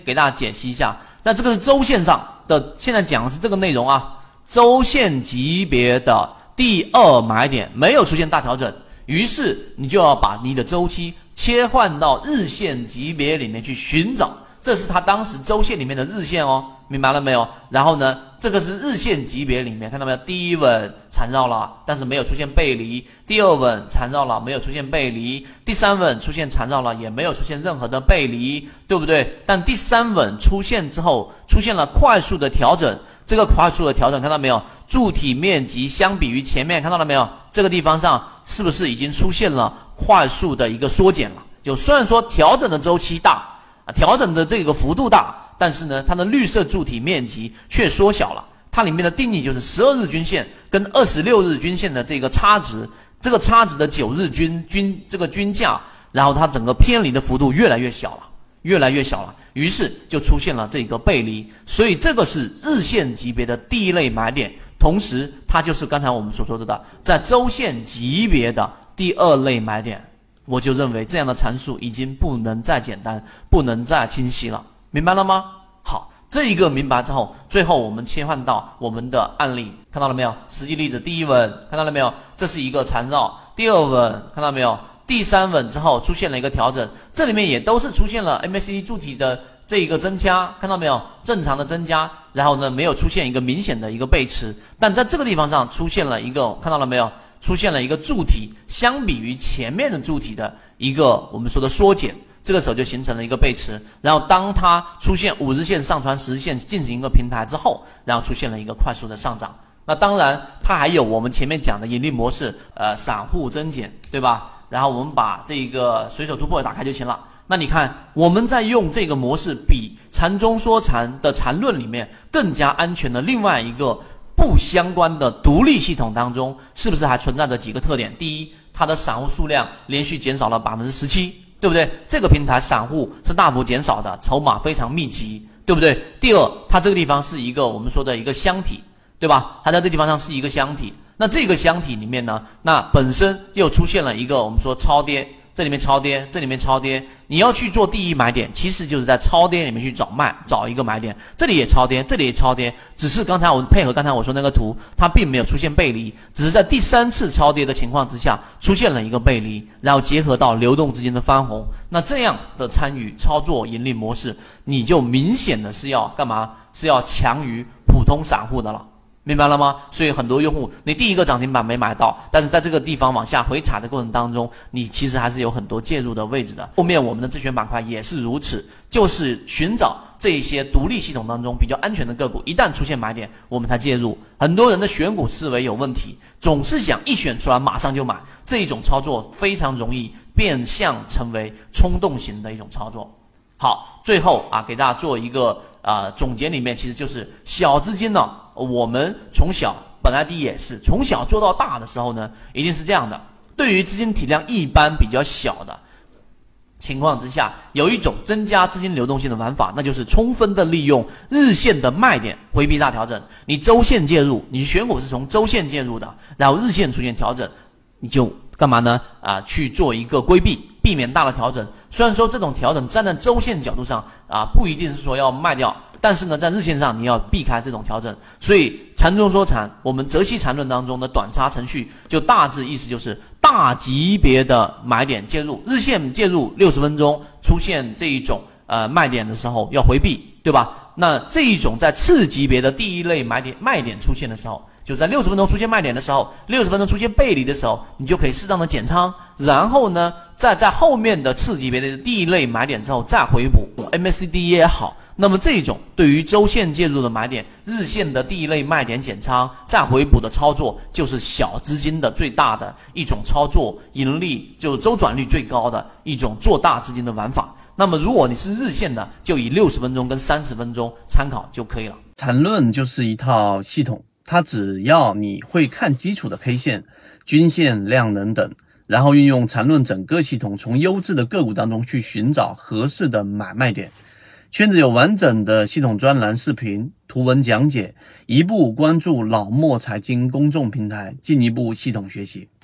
给大家解析一下。那这个是周线上的，现在讲的是这个内容啊，周线级别的第2买点没有出现大调整，于是你就要把你的周期切换到日线级别里面去寻找，这是他当时周线里面的日线哦，明白了没有？然后呢，这个是日线级别里面，看到没有？第一稳缠绕了，但是没有出现背离；第2稳缠绕了，没有出现背离；第3稳出现缠绕了，也没有出现任何的背离，对不对？但第3稳出现之后，出现了快速的调整。这个快速的调整看到没有？柱体面积相比于前面看到了没有？这个地方上是不是已经出现了快速的一个缩减了？就虽然说调整的周期大，调整的这个幅度大，但是呢，它的绿色柱体面积却缩小了。它里面的定义就是12日均线跟26日均线的这个差值，这个差值的9日这个均价，然后它整个偏离的幅度越来越小了。于是就出现了这个背离，所以这个是日线级别的第一类买点，同时它就是刚才我们所说的在周线级别的第2类买点。我就认为这样的阐述已经不能再简单，不能再清晰了，明白了吗？好，这一个明白之后，最后我们切换到我们的案例，看到了没有？实际例子，第1稳看到了没有？这是一个缠绕，第2稳看到没有？第3稳之后出现了一个调整，这里面也都是出现了 MACD 柱体的这一个增加，看到没有？正常的增加，然后呢没有出现一个明显的一个背驰，但在这个地方上出现了一个，看到了没有？出现了一个柱体相比于前面的柱体的一个我们说的缩减，这个时候就形成了一个背驰，然后当它出现5日线上传10日线进行一个平台之后，然后出现了一个快速的上涨。那当然它还有我们前面讲的盈利模式，散户增减，对吧？然后我们把这个随手突破打开就行了。那你看我们在用这个模式比缠中说禅的缠论里面更加安全的另外一个不相关的独立系统当中，是不是还存在着几个特点？第一，它的散户数量连续减少了 17%， 对不对？这个平台散户是大幅减少的，筹码非常密集，对不对？第二，它这个地方是一个我们说的一个箱体，对吧？它在这地方上是一个箱体，那这个箱体里面呢，那本身又出现了一个我们说超跌，这里面超跌，这里面超跌，你要去做第一买点，其实就是在超跌里面去找一个买点，这里也超跌，这里也超跌，只是刚才我配合刚才我说那个图，它并没有出现背离，只是在第3次超跌的情况之下出现了一个背离，然后结合到流动资金的翻红，那这样的参与操作盈利模式，你就明显的是要干嘛？是要强于普通散户的了。明白了吗？所以很多用户你第一个涨停板没买到，但是在这个地方往下回踩的过程当中，你其实还是有很多介入的位置的。后面我们的自选板块也是如此，就是寻找这一些独立系统当中比较安全的个股，一旦出现买点我们才介入。很多人的选股思维有问题，总是想一选出来马上就买，这一种操作非常容易变相成为冲动型的一种操作。好，最后给大家做一个总结，里面其实就是小资金呢，我们从小本来也是从小做到大的时候呢，一定是这样的。对于资金体量一般比较小的情况之下，有一种增加资金流动性的玩法，那就是充分的利用日线的卖点回避大调整。你周线介入，你选股是从周线介入的，然后日线出现调整，你就干嘛呢？去做一个规避。避免大的调整，虽然说这种调整站在周线角度上不一定是说要卖掉，但是呢，在日线上你要避开这种调整。所以缠中说禅，我们泽西缠论当中的短差程序就大致意思就是大级别的买点介入，日线介入60分钟出现这一种卖点的时候要回避，对吧？那这一种在次级别的第一类卖点出现的时候，就在60分钟出现卖点的时候，60分钟出现背离的时候，你就可以适当的减仓，然后呢，在后面的次级别的第一类买点之后再回补 MACD 也好。那么这种对于周线介入的买点，日线的第一类卖点减仓再回补的操作，就是小资金的最大的一种操作，盈利就是周转率最高的一种做大资金的玩法。那么如果你是日线的，就以60分钟跟30分钟参考就可以了。 缠论就是一套系统，它只要你会看基础的 K 线、均线、量能等，然后运用缠论整个系统，从优质的个股当中去寻找合适的买卖点。圈子有完整的系统专栏视频、图文讲解，一步关注老莫财经公众平台，进一步系统学习。